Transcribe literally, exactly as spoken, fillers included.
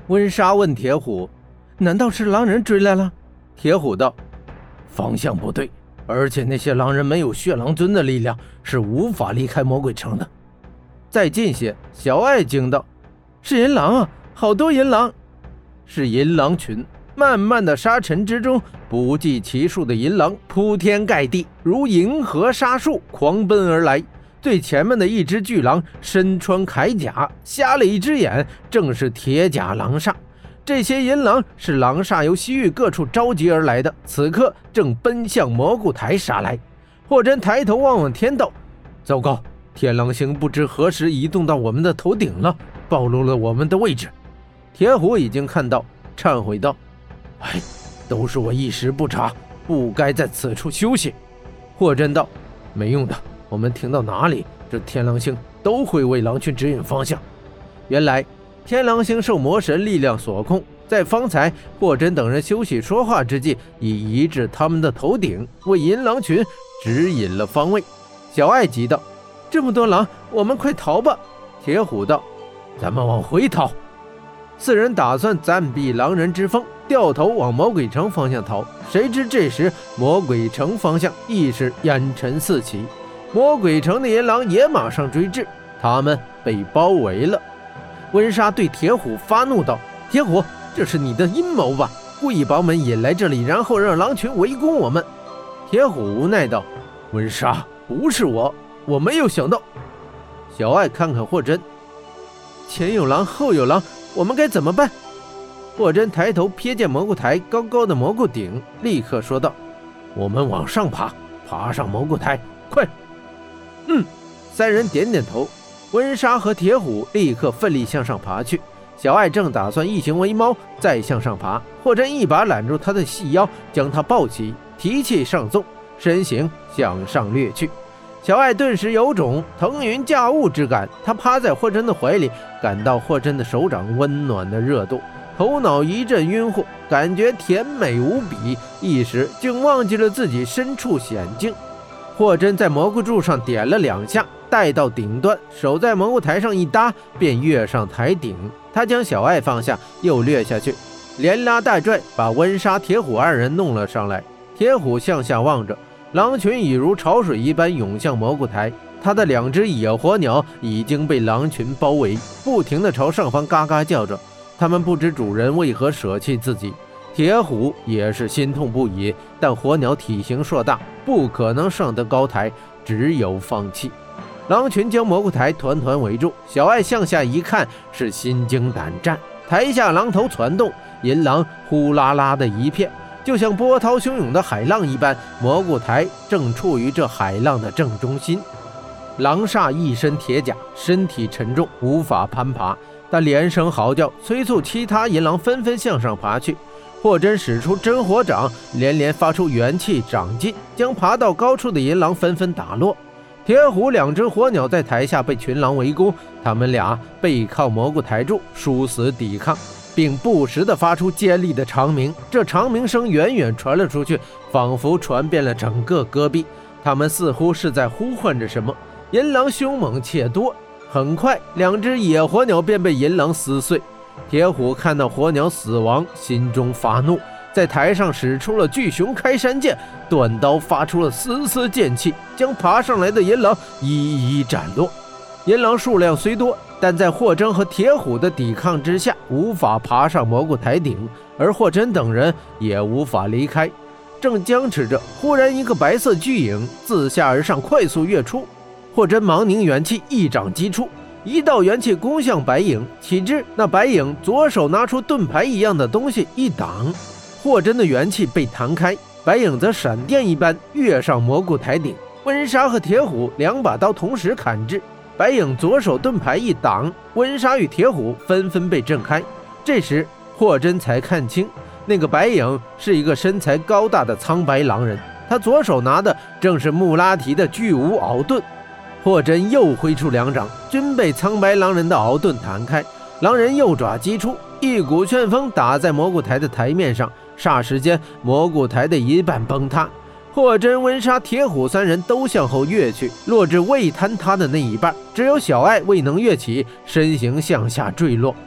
温莎问铁虎：难道是狼人追来了？铁虎道：方向不对，而且那些狼人没有血狼尊的力量，是无法离开魔鬼城的。再近些，小艾惊道：是银狼啊，好多银狼！是银狼群，漫漫的沙尘之中，不计其数的银狼铺天盖地，如银河沙数狂奔而来。最前面的一只巨狼身穿铠甲，瞎了一只眼，正是铁甲狼煞。这些银狼是狼煞由西域各处召集而来的，此刻正奔向蘑菇台杀来。霍真抬头望望天道：糟糕，天狼星不知何时移动到我们的头顶了，暴露了我们的位置。铁虎已经看到，忏悔道：哎，都是我一时不察，不该在此处休息。霍真道：没用的，我们停到哪里，这天狼星都会为狼群指引方向。原来天狼星受魔神力量所控，在方才霍真等人休息说话之际，已移至他们的头顶，为银狼群指引了方位。小艾急道：这么多狼，我们快逃吧！铁虎道：咱们往回逃。四人打算暂避狼人之风，掉头往魔鬼城方向逃。谁知这时魔鬼城方向亦是烟尘四起，魔鬼城的银狼也马上追至，他们被包围了。温莎对铁虎发怒道：铁虎，这是你的阴谋吧？故意把我们引来这里，然后让狼群围攻我们。铁虎无奈道：温莎，不是我，我没有想到。小艾看看霍真：前有狼后有狼，我们该怎么办？霍真抬头瞥见蘑菇台高高的蘑菇顶，立刻说道：我们往上爬，爬上蘑菇台，快！嗯，三人点点头。温莎和铁虎立刻奋力向上爬去，小艾正打算一行为猫再向上爬，霍真一把揽住他的细腰，将他抱起，提气上纵，身形向上掠去。小艾顿时有种腾云驾雾之感，他趴在霍真的怀里，感到霍真的手掌温暖的热度，头脑一阵晕乎，感觉甜美无比，一时竟忘记了自己身处险境。霍真在蘑菇柱上点了两下，带到顶端，手在蘑菇台上一搭，便跃上台顶。他将小艾放下，又掠下去，连拉带拽把温莎、铁虎二人弄了上来。铁虎向下望着，狼群已如潮水一般涌向蘑菇台，他的两只野火鸟已经被狼群包围，不停地朝上方嘎嘎叫着。他们不知主人为何舍弃自己。铁虎也是心痛不已，但火鸟体型硕大，不可能上得高台，只有放弃。狼群将蘑菇台团团围住，小艾向下一看，是心惊胆战。台下狼头攒动，银狼呼啦啦的一片，就像波涛汹涌的海浪一般，蘑菇台正处于这海浪的正中心。狼煞一身铁甲，身体沉重，无法攀爬，但连声嚎叫，催促其他银狼纷纷向上爬去。霍真使出真火掌，连连发出元气长劲，将爬到高处的银狼纷纷打落。铁虎两只火鸟在台下被群狼围攻，他们俩背靠蘑菇台柱，殊死抵抗，并不时地发出尖利的长鸣。这长鸣声远远传了出去，仿佛传遍了整个戈壁。他们似乎是在呼唤着什么。银狼凶猛且多，很快两只野火鸟便被银狼撕碎。铁虎看到火鸟死亡，心中发怒，在台上使出了巨熊开山剑，短刀发出了丝丝剑气，将爬上来的银狼一一斩落。银狼数量虽多，但在霍真和铁虎的抵抗之下，无法爬上蘑菇台顶，而霍真等人也无法离开。正僵持着，忽然一个白色巨影自下而上快速跃出，霍真忙凝元气，一掌击出，一道元气攻向白影，岂知那白影左手拿出盾牌一样的东西一挡，霍真的元气被弹开，白影则闪电一般跃上蘑菇台顶。温莎和铁虎两把刀同时砍至，白影左手盾牌一挡，温莎与铁虎纷纷被震开。这时霍真才看清，那个白影是一个身材高大的苍白狼人，他左手拿的正是穆拉提的巨无鳌盾。霍真又挥出两掌，均被苍白狼人的鳌盾弹开。狼人右爪击出，一股旋风打在蘑菇台的台面上，霎时间蘑菇台的一半崩塌。霍真、温莎、铁虎三人都向后跃去，落至未坍塌的那一半，只有小艾未能跃起，身形向下坠落。